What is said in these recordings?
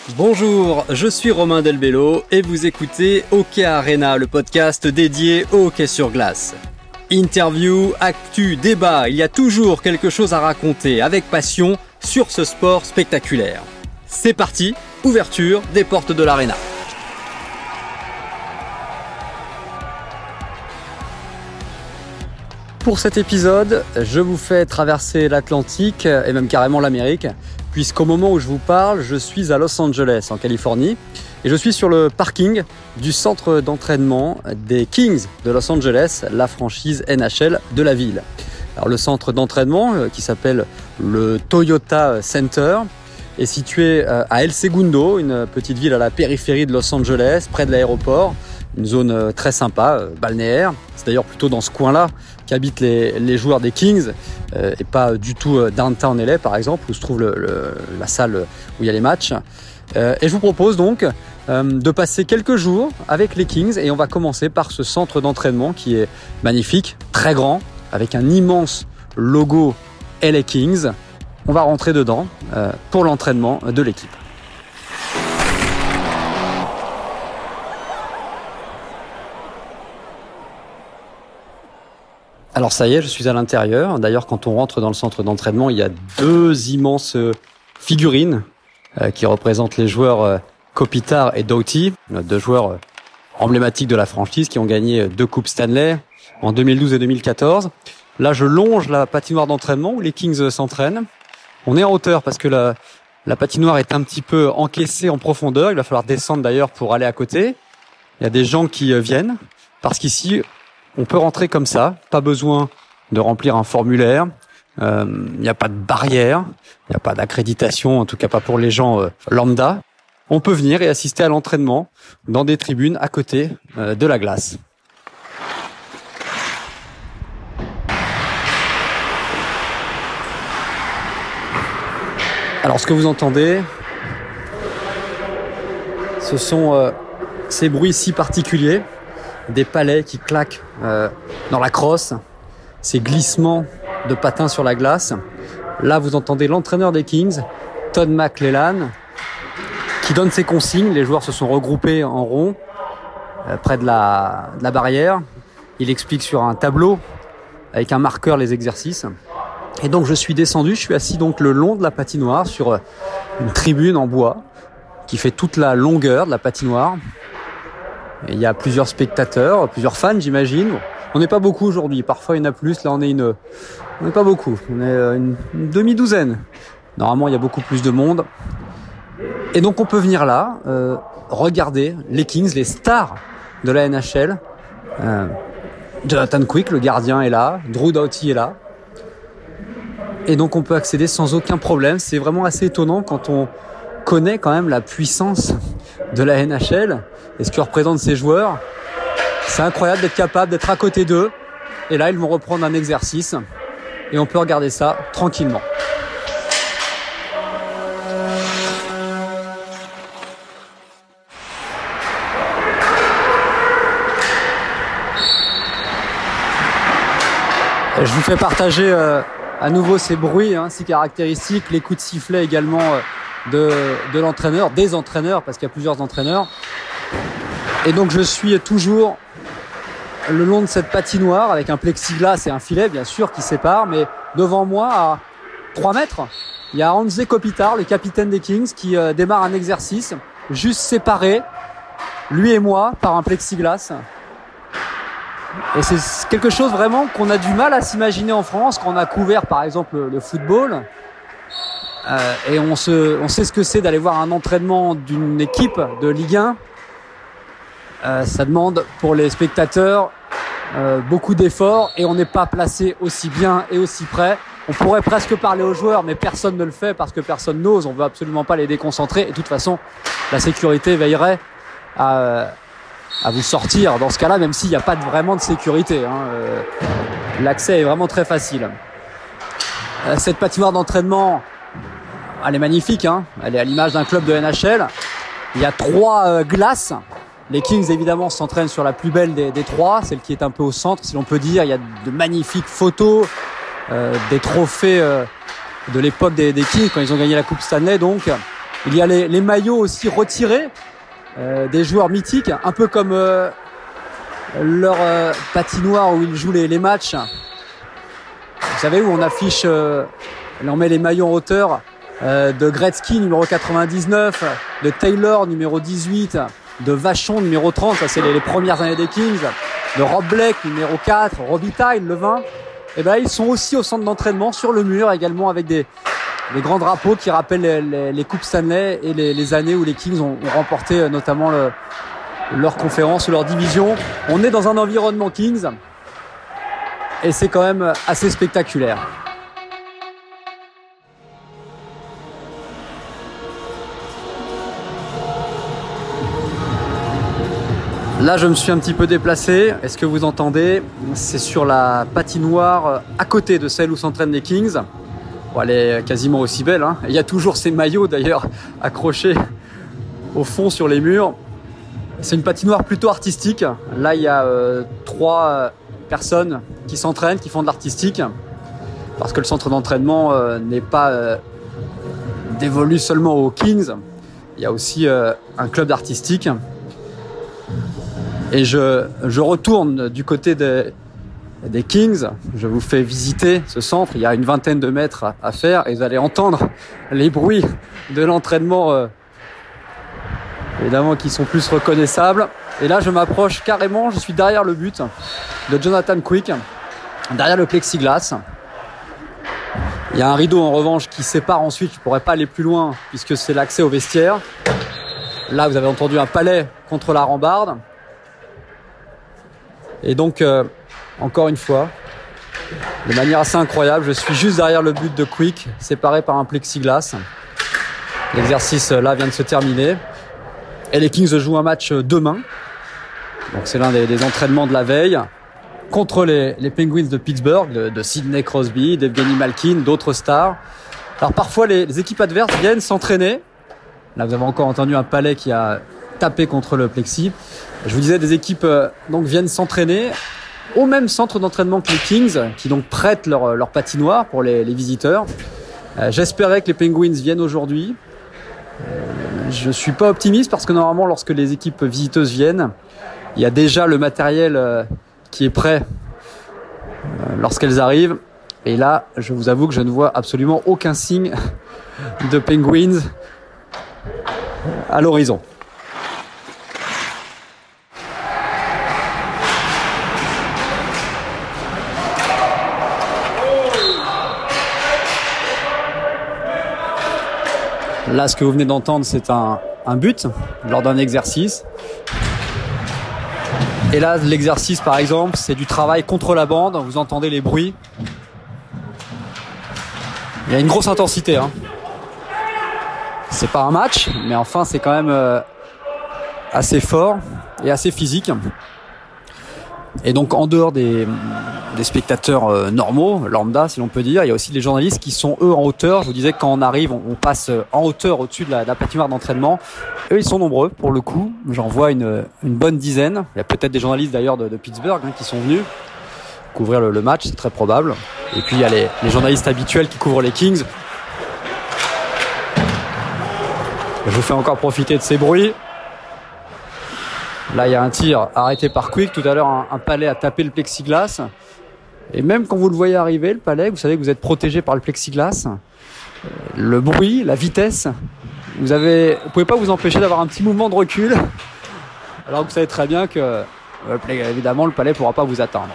Bonjour, je suis Romain Delbello et vous écoutez Hockey Arena, le podcast dédié au hockey sur glace. Interview, actu, débat, il y a toujours quelque chose à raconter avec passion sur ce sport spectaculaire. C'est parti, ouverture des portes de l'Arena. Pour cet épisode, je vous fais traverser l'Atlantique et même carrément l'Amérique, puisqu'au moment où je vous parle, je suis à Los Angeles, en Californie, et je suis sur le parking du centre d'entraînement des Kings de Los Angeles, la franchise NHL de la ville. Alors, le centre d'entraînement, qui s'appelle le Toyota Center, est situé à El Segundo, une petite ville à la périphérie de Los Angeles, près de l'aéroport. Une zone très sympa, balnéaire. C'est d'ailleurs plutôt dans ce coin-là qu'habitent les joueurs des Kings et pas du tout downtown LA par exemple, où se trouve la salle où il y a les matchs. Et je vous propose donc de passer quelques jours avec les Kings et on va commencer par ce centre d'entraînement qui est magnifique, très grand, avec un immense logo LA Kings. On va rentrer dedans pour l'entraînement de l'équipe. Alors ça y est, je suis à l'intérieur. D'ailleurs, quand on rentre dans le centre d'entraînement, il y a deux immenses figurines qui représentent les joueurs Kopitar et Doughty, deux joueurs emblématiques de la franchise qui ont gagné 2 coupes Stanley en 2012 et 2014. Là, je longe la patinoire d'entraînement où les Kings s'entraînent. On est en hauteur parce que la patinoire est un petit peu encaissée en profondeur. Il va falloir descendre d'ailleurs pour aller à côté. Il y a des gens qui viennent parce qu'ici, on peut rentrer comme ça, pas besoin de remplir un formulaire, il n'y a pas de barrière, il n'y a pas d'accréditation, en tout cas pas pour les gens lambda. On peut venir et assister à l'entraînement dans des tribunes à côté de la glace. Alors ce que vous entendez, ce sont ces bruits si particuliers, des palets qui claquent dans la crosse, ces glissements de patins sur la glace. Là, vous entendez l'entraîneur des Kings, Todd McLellan, qui donne ses consignes. Les joueurs se sont regroupés en rond près de la barrière. Il explique sur un tableau avec un marqueur les exercices. Et donc, je suis descendu, je suis assis donc le long de la patinoire sur une tribune en bois qui fait toute la longueur de la patinoire. Et il y a plusieurs spectateurs, plusieurs fans, j'imagine. On n'est pas beaucoup aujourd'hui. Parfois, il y en a plus. Là, on n'est pas beaucoup. On est une demi-douzaine. Normalement, il y a beaucoup plus de monde. Et donc, on peut venir là, regarder les Kings, les stars de la NHL. Jonathan Quick, le gardien, est là. Drew Doughty est là. Et donc, on peut accéder sans aucun problème. C'est vraiment assez étonnant quand on connaît quand même la puissance de la NHL et ce que représentent ces joueurs. C'est incroyable d'être capable d'être à côté d'eux. Et là, ils vont reprendre un exercice et on peut regarder ça tranquillement. Je vous fais partager à nouveau ces bruits si caractéristiques, les coups de sifflet également de l'entraîneur, des entraîneurs, parce qu'il y a plusieurs entraîneurs. Et donc je suis toujours le long de cette patinoire avec un plexiglas et un filet bien sûr qui sépare, mais devant moi à 3 mètres, il y a Handré Kopitar, le capitaine des Kings, qui démarre un exercice juste séparé, lui et moi, par un plexiglas. Et c'est quelque chose vraiment qu'on a du mal à s'imaginer en France quand on a couvert par exemple le football. Et on sait ce que c'est d'aller voir un entraînement d'une équipe de Ligue 1. Ça demande pour les spectateurs beaucoup d'efforts et on n'est pas placé aussi bien et aussi près. On pourrait presque parler aux joueurs, mais personne ne le fait parce que personne n'ose. On veut absolument pas les déconcentrer. Et de toute façon, la sécurité veillerait à vous sortir dans ce cas-là, même s'il n'y a pas vraiment de sécurité. L'accès est vraiment très facile. Cette patinoire d'entraînement, elle est magnifique. Elle est à l'image d'un club de NHL. Il y a 3 glaces. Les Kings, évidemment, s'entraînent sur la plus belle des 3, celle qui est un peu au centre, si l'on peut dire. Il y a de magnifiques photos, des trophées de l'époque des Kings, quand ils ont gagné la Coupe Stanley. Donc, Il y a les maillots aussi retirés des joueurs mythiques, un peu comme leur patinoire où ils jouent les matchs. Vous savez, où on affiche, on met les maillots en hauteur de Gretzky numéro 99, de Taylor numéro 18, de Vachon numéro 30, ça c'est les premières années des Kings, de Rob Blake numéro 4, Robitaille le 20. Et ben ils sont aussi au centre d'entraînement sur le mur également avec des grands drapeaux qui rappellent les coupes Stanley et les années où les Kings ont remporté notamment leur conférence ou leur division. On est dans un environnement Kings et c'est quand même assez spectaculaire. Là, je me suis un petit peu déplacé. Est-ce que vous entendez? C'est sur la patinoire à côté de celle où s'entraînent les Kings. Bon, elle est quasiment aussi belle, hein. Il y a toujours ces maillots d'ailleurs accrochés au fond sur les murs. C'est une patinoire plutôt artistique. Là, il y a 3 personnes qui s'entraînent, qui font de l'artistique. Parce que le centre d'entraînement n'est pas dévolu seulement aux Kings. Il y a aussi un club d'artistique. Et je retourne du côté des Kings. Je vous fais visiter ce centre. Il y a une vingtaine de mètres à faire et vous allez entendre les bruits de l'entraînement, évidemment, qui sont plus reconnaissables. Et là, je m'approche carrément. Je suis derrière le but de Jonathan Quick, derrière le plexiglas. Il y a un rideau en revanche qui sépare ensuite. Je ne pourrais pas aller plus loin puisque c'est l'accès au vestiaire. Là, vous avez entendu un palais contre la rambarde. Et donc, encore une fois, de manière assez incroyable, je suis juste derrière le but de Quick, séparé par un plexiglas. L'exercice là vient de se terminer. Et les Kings jouent un match demain. Donc c'est l'un des entraînements de la veille contre les Penguins de Pittsburgh, de Sidney Crosby, d'Evgeny Malkin, d'autres stars. Alors parfois les équipes adverses viennent s'entraîner. Là vous avez encore entendu un palais qui a tapé contre le plexi. Je vous disais, des équipes donc viennent s'entraîner au même centre d'entraînement que les Kings, qui donc prêtent leur patinoire pour les visiteurs. J'espérais que les Penguins viennent aujourd'hui. Je suis pas optimiste parce que normalement, lorsque les équipes visiteuses viennent, il y a déjà le matériel qui est prêt lorsqu'elles arrivent. Et là, je vous avoue que je ne vois absolument aucun signe de Penguins à l'horizon. Là, ce que vous venez d'entendre, c'est un but lors d'un exercice. Et là, l'exercice, par exemple, c'est du travail contre la bande. Vous entendez les bruits. Il y a une grosse intensité, hein. C'est pas un match, mais enfin, c'est quand même assez fort et assez physique. Et donc, en dehors des spectateurs normaux, lambda, si l'on peut dire, il y a aussi les journalistes qui sont, eux, en hauteur. Je vous disais que quand on arrive, on passe en hauteur au-dessus de la patinoire d'entraînement. Eux, ils sont nombreux, pour le coup. J'en vois une bonne dizaine. Il y a peut-être des journalistes, d'ailleurs, de Pittsburgh qui sont venus couvrir le match, c'est très probable. Et puis, il y a les journalistes habituels qui couvrent les Kings. Je vous fais encore profiter de ces bruits. Là, il y a un tir arrêté par Quick. Tout à l'heure, un palais a tapé le plexiglas. Et même quand vous le voyez arriver, le palais, vous savez que vous êtes protégé par le plexiglas. Le bruit, la vitesse, vous pouvez pas vous empêcher d'avoir un petit mouvement de recul. Alors que vous savez très bien que, évidemment, le palais pourra pas vous atteindre.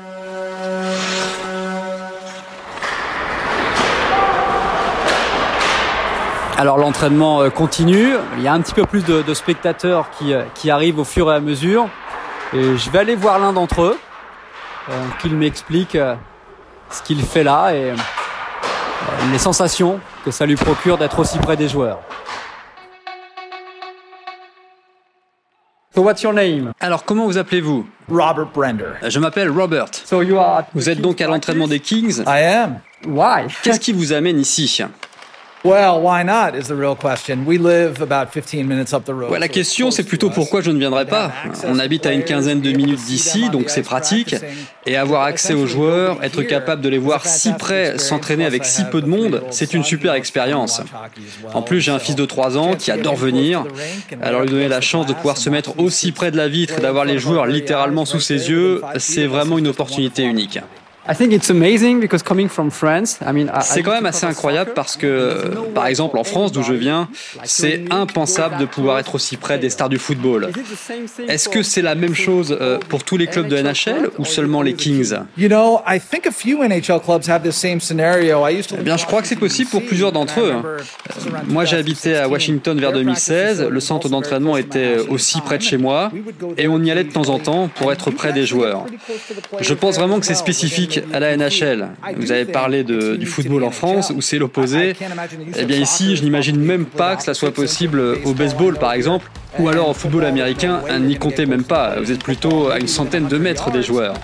Alors l'entraînement continue, il y a un petit peu plus de spectateurs qui arrivent au fur et à mesure. Et je vais aller voir l'un d'entre eux, qu'il m'explique ce qu'il fait là et les sensations que ça lui procure d'être aussi près des joueurs. So what's your name? Alors comment vous appelez-vous? Robert Brender. Je m'appelle Robert. So you are Vous êtes donc à l'entraînement des Kings? I am. Why? Qu'est-ce qui vous amène ici? Well, why not is the real question. We live about 15 minutes up the road. Ouais, la question, c'est plutôt pourquoi je ne viendrai pas. On habite à une quinzaine de minutes d'ici, donc c'est pratique. Et avoir accès aux joueurs, être capable de les voir si près, s'entraîner avec si peu de monde, c'est une super expérience. En plus, j'ai un fils de 3 ans qui adore venir. Alors lui donner la chance de pouvoir se mettre aussi près de la vitre et d'avoir les joueurs littéralement sous ses yeux, c'est vraiment une opportunité unique. C'est quand même assez incroyable parce que, par exemple, en France, d'où je viens, c'est impensable de pouvoir être aussi près des stars du football. Est-ce que c'est la même chose pour tous les clubs de NHL ou seulement les Kings? Eh bien, je crois que c'est possible pour plusieurs d'entre eux. Moi, j'ai habité à Washington vers 2016. Le centre d'entraînement était aussi près de chez moi et on y allait de temps en temps pour être près des joueurs. Je pense vraiment que c'est spécifique à la NHL. Vous avez parlé du football en France où c'est l'opposé. Eh bien ici, je n'imagine même pas que cela soit possible au baseball par exemple, ou alors au football américain, n'y comptez même pas. Vous êtes plutôt à une centaine de mètres des joueurs.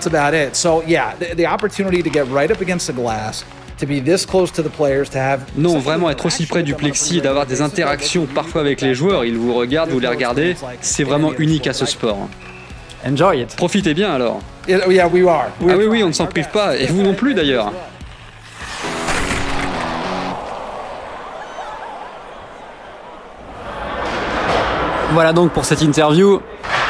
Non, vraiment être aussi près du plexi et d'avoir des interactions parfois avec les joueurs, ils vous regardent, vous les regardez, c'est vraiment unique à ce sport. Enjoy it. Profitez bien alors. Yeah, we are. Ah oui, on ne s'en prive pas, et vous non plus d'ailleurs. Voilà donc pour cette interview.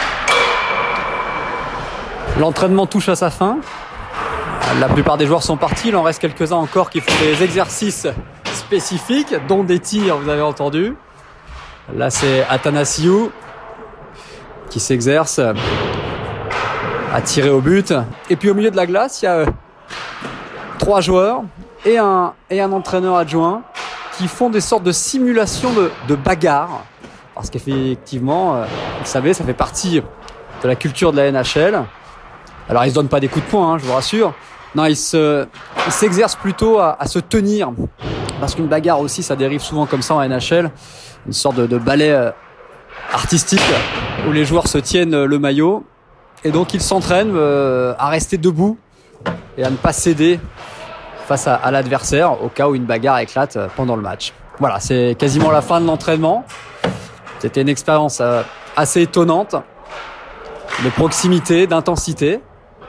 L'entraînement touche à sa fin. La plupart des joueurs sont partis, il en reste quelques-uns encore qui font des exercices spécifiques, dont des tirs, vous avez entendu. Là c'est Athanasiou qui s'exerce à tirer au but. Et puis au milieu de la glace, il y a 3 joueurs et un entraîneur adjoint qui font des sortes de simulations de bagarre. Parce qu'effectivement, vous savez, ça fait partie de la culture de la NHL. Alors ils se donnent pas des coups de poing, je vous rassure. Non, ils s'exercent plutôt à se tenir. Parce qu'une bagarre aussi, ça dérive souvent comme ça en NHL. Une sorte de ballet artistique où les joueurs se tiennent le maillot. Et donc ils s'entraînent à rester debout et à ne pas céder face à l'adversaire au cas où une bagarre éclate pendant le match. Voilà, c'est quasiment la fin de l'entraînement. C'était une expérience assez étonnante de proximité, d'intensité.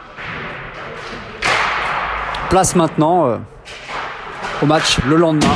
Place maintenant au match le lendemain.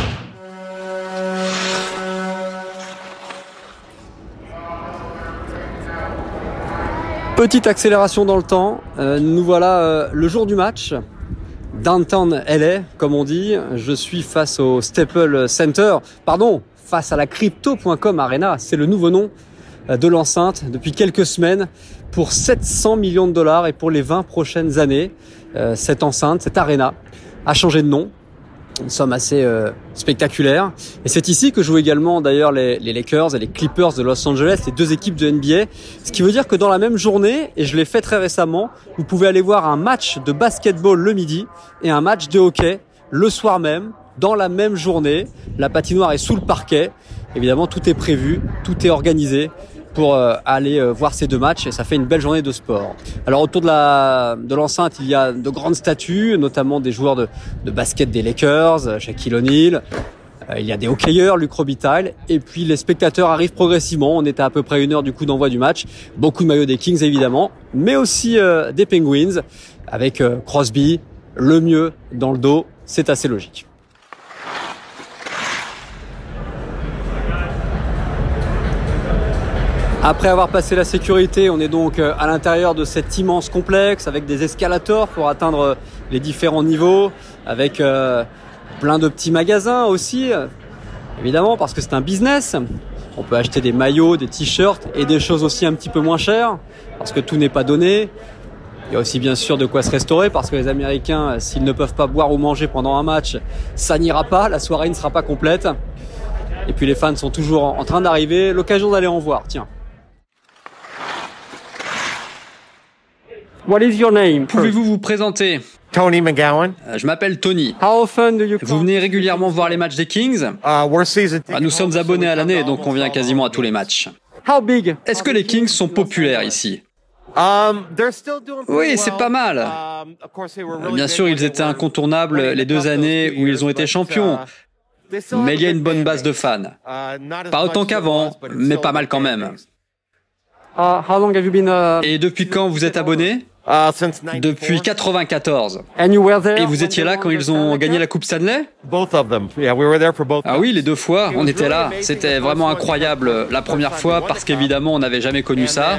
Petite accélération dans le temps. Nous voilà le jour du match. Downtown LA, comme on dit. Je suis face au Staples Center. Face à la Crypto.com Arena. C'est le nouveau nom de l'enceinte depuis quelques semaines pour 700 millions de dollars et pour les 20 prochaines années. Cette enceinte, cette arena a changé de nom. Une somme assez spectaculaire. Et c'est ici que jouent également d'ailleurs les Lakers et les Clippers de Los Angeles, les 2 équipes de NBA. Ce qui veut dire que dans la même journée, et je l'ai fait très récemment, vous pouvez aller voir un match de basketball le midi et un match de hockey le soir même, dans la même journée. La patinoire est sous le parquet. Évidemment, tout est prévu, tout est organisé pour aller voir ces 2 matchs, et ça fait une belle journée de sport. Alors autour de l'enceinte, il y a de grandes statues, notamment des joueurs de basket des Lakers, Shaquille O'Neal. Il y a des hockeyeurs, Luc Robitaille, et puis les spectateurs arrivent progressivement. On est à peu près 1 heure du coup d'envoi du match. Beaucoup de maillots des Kings évidemment, mais aussi des Penguins avec Crosby, Lemieux dans le dos. C'est assez logique. Après avoir passé la sécurité, on est donc à l'intérieur de cet immense complexe avec des escalators pour atteindre les différents niveaux, avec plein de petits magasins aussi, évidemment parce que c'est un business. On peut acheter des maillots, des t-shirts et des choses aussi un petit peu moins chères parce que tout n'est pas donné. Il y a aussi bien sûr de quoi se restaurer parce que les Américains, s'ils ne peuvent pas boire ou manger pendant un match, ça n'ira pas, la soirée ne sera pas complète. Et puis les fans sont toujours en train d'arriver, l'occasion d'aller en voir, tiens. What is your name? Pouvez-vous vous présenter? Tony McGowan. Je m'appelle Tony. How often do you come? Vous venez régulièrement voir les matchs des Kings? Nous sommes abonnés à l'année, donc on vient quasiment à tous les matchs. How big? Est-ce que les Kings sont populaires ici? Oui, c'est pas mal. Bien sûr, ils étaient incontournables les 2 années où ils ont été champions. mais il y a une bonne base de fans. Pas autant qu'avant, mais pas mal quand même. How long have you been, Et depuis quand vous êtes abonné ? Depuis 94. and you were there Et vous étiez là quand ils ont gagné la Coupe Stanley ? Ah oui, les deux fois, on était là. C'était vraiment incroyable la première fois parce qu'évidemment, on n'avait jamais connu ça.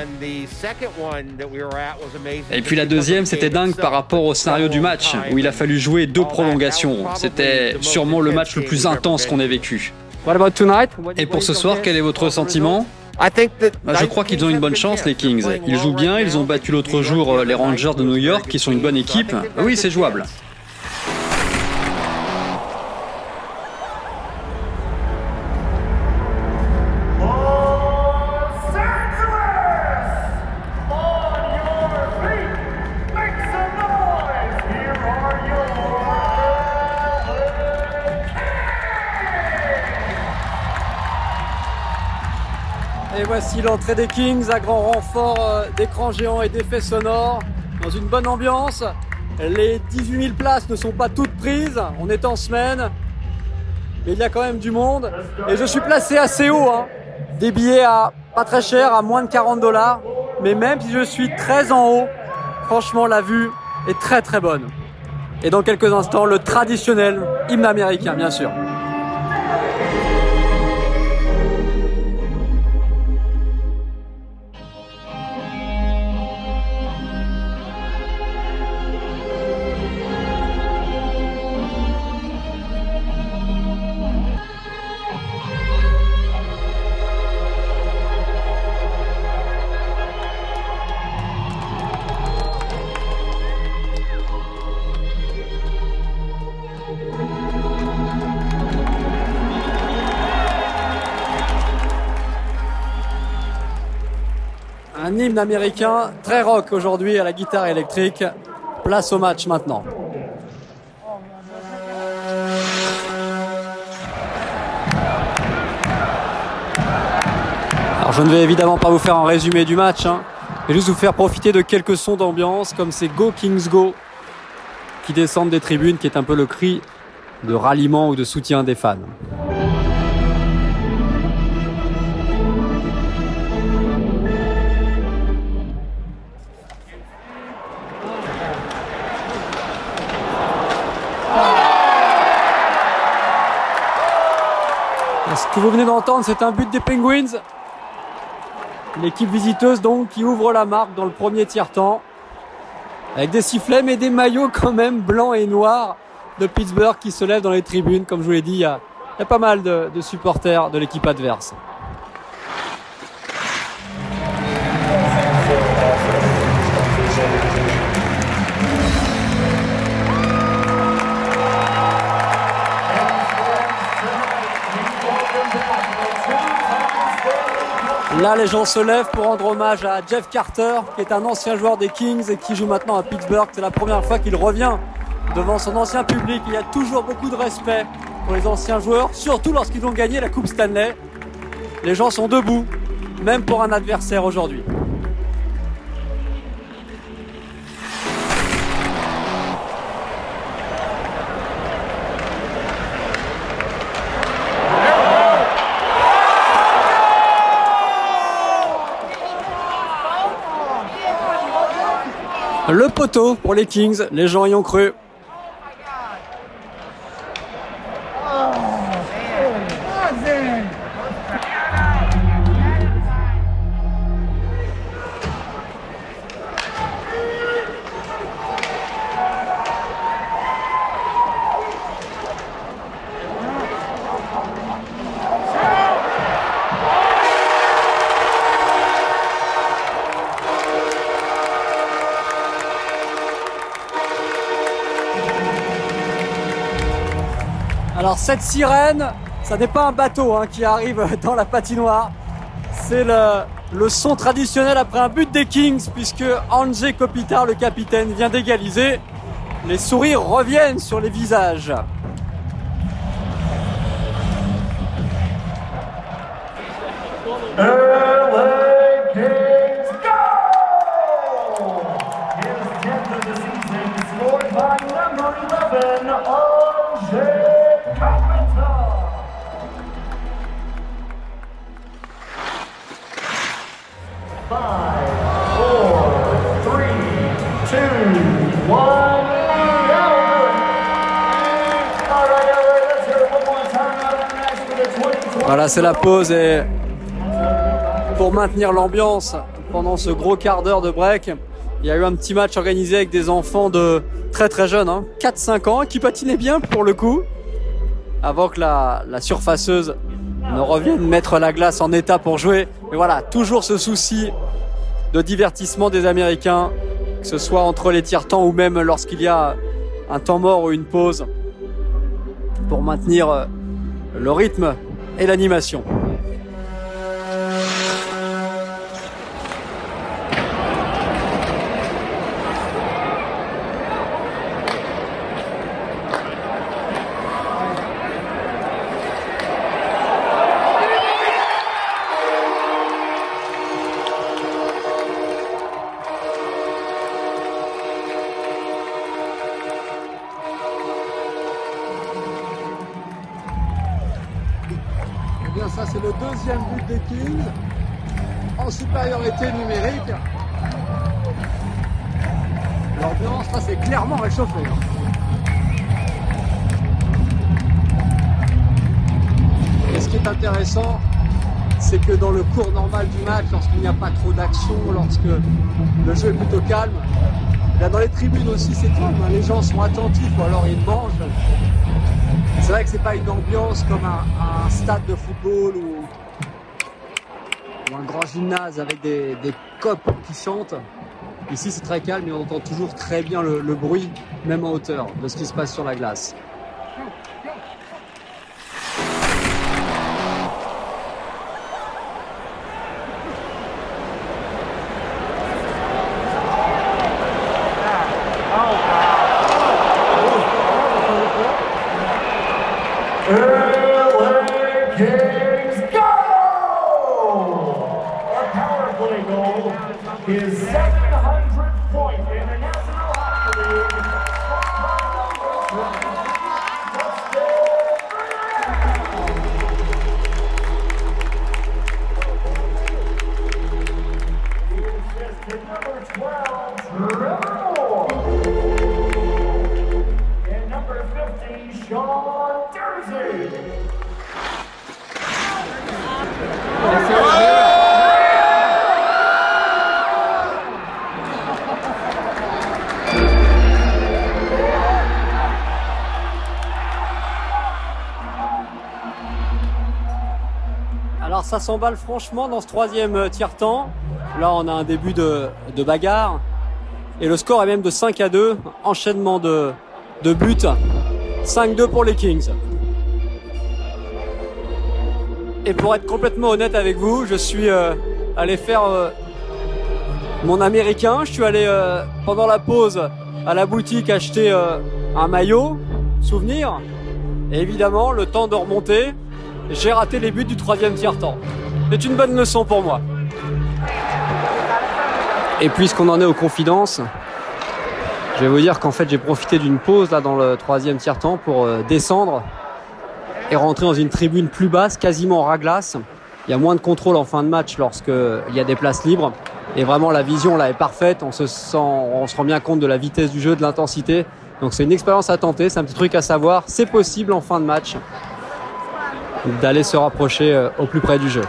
Et puis la deuxième, c'était dingue par rapport au scénario du match où il a fallu jouer 2 prolongations. C'était sûrement le match le plus intense qu'on ait vécu. What about tonight? Et pour ce soir, quel est votre sentiment ? Je crois qu'ils ont une bonne chance, les Kings. Ils jouent bien, ils ont battu l'autre jour les Rangers de New York, qui sont une bonne équipe. Oui, c'est jouable. Et voici l'entrée des Kings à grand renfort d'écrans géants et d'effets sonores, dans une bonne ambiance. Les 18 000 places ne sont pas toutes prises, on est en semaine, mais il y a quand même du monde. Et je suis placé assez haut, hein. Des billets à pas très cher, à moins de $40. Mais même si je suis très en haut, franchement la vue est très très bonne. Et dans quelques instants, le traditionnel hymne américain, bien sûr. Un hymne américain très rock aujourd'hui à la guitare électrique. Place au match maintenant. Alors je ne vais évidemment pas vous faire un résumé du match, hein, mais juste vous faire profiter de quelques sons d'ambiance comme ces Go Kings Go qui descendent des tribunes, qui est un peu le cri de ralliement ou de soutien des fans. Ce que vous venez d'entendre, c'est un but des Penguins. L'équipe visiteuse donc qui ouvre la marque dans le premier tiers-temps. Avec des sifflets mais des maillots quand même blancs et noirs de Pittsburgh qui se lèvent dans les tribunes. Comme je vous l'ai dit, il y a pas mal de supporters de l'équipe adverse. Là, les gens se lèvent pour rendre hommage à Jeff Carter, qui est un ancien joueur des Kings et qui joue maintenant à Pittsburgh. C'est la première fois qu'il revient devant son ancien public. Il y a toujours beaucoup de respect pour les anciens joueurs, surtout lorsqu'ils ont gagné la Coupe Stanley. Les gens sont debout, même pour un adversaire aujourd'hui. Le poteau pour les Kings, les gens y ont cru. Alors cette sirène, ça n'est pas un bateau qui arrive dans la patinoire. C'est le son traditionnel après un but des Kings, puisque Anze Kopitar, le capitaine, vient d'égaliser. Les sourires reviennent sur les visages. LA Kings go! His 10th of the season, scored by number 11, Anze Kopitar. Voilà, c'est la pause et pour maintenir l'ambiance pendant ce gros quart d'heure de break, il y a eu un petit match organisé avec des enfants de très très jeunes, 4-5 ans, qui patinaient bien pour le coup, avant que la surfaceuse ne revienne mettre la glace en état pour jouer. Mais voilà, toujours ce souci de divertissement des Américains, que ce soit entre les tiers-temps ou même lorsqu'il y a un temps mort ou une pause, pour maintenir le rythme et l'animation. Ça, c'est le deuxième but des Kings en supériorité numérique. L'ambiance, là, c'est clairement réchauffé. Et ce qui est intéressant, c'est que dans le cours normal du match, lorsqu'il n'y a pas trop d'action, lorsque le jeu est plutôt calme, là, dans les tribunes aussi, c'est calme. Les gens sont attentifs ou alors ils mangent. C'est vrai que c'est pas une ambiance comme un stade de football ou un grand gymnase avec des copes qui chantent. Ici c'est très calme et on entend toujours très bien le bruit, même en hauteur, de ce qui se passe sur la glace. His 700th point in the National Hockey League. Number 12, Trevor Moore. And number 50, Sean Dursey. Alors ça s'emballe franchement dans ce troisième tiers-temps. Là on a un début de bagarre. Et le score est même de 5-2. Enchaînement de buts. 5-2 pour les Kings. Et pour être complètement honnête avec vous, je suis allé faire mon américain. Je suis allé pendant la pause à la boutique acheter un maillot, souvenir. Et évidemment, le temps de remonter, j'ai raté les buts du troisième tiers-temps. C'est une bonne leçon pour moi. Et puisqu'on en est aux confidences, je vais vous dire qu'en fait j'ai profité d'une pause là dans le troisième tiers-temps pour descendre et rentrer dans une tribune plus basse, quasiment ras glace. Il y a moins de contrôle en fin de match lorsqu'il y a des places libres. Et vraiment la vision là est parfaite, on se rend bien compte de la vitesse du jeu, de l'intensité. Donc c'est une expérience à tenter, c'est un petit truc à savoir. C'est possible en fin de match d'aller se rapprocher au plus près du jeu.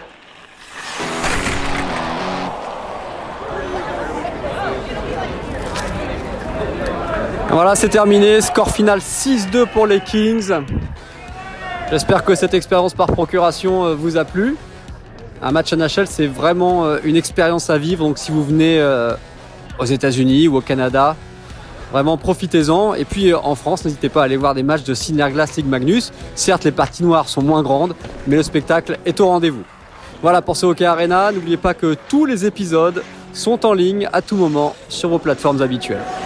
Voilà, c'est terminé. Score final 6-2 pour les Kings. J'espère que cette expérience par procuration vous a plu. Un match NHL, c'est vraiment une expérience à vivre. Donc si vous venez aux États-Unis ou au Canada, vraiment profitez-en. Et puis en France, n'hésitez pas à aller voir des matchs de Synerglace Ligue Magnus. Certes, les patinoires sont moins grandes, mais le spectacle est au rendez-vous. Voilà pour ce Hockey Arena. N'oubliez pas que tous les épisodes sont en ligne à tout moment sur vos plateformes habituelles.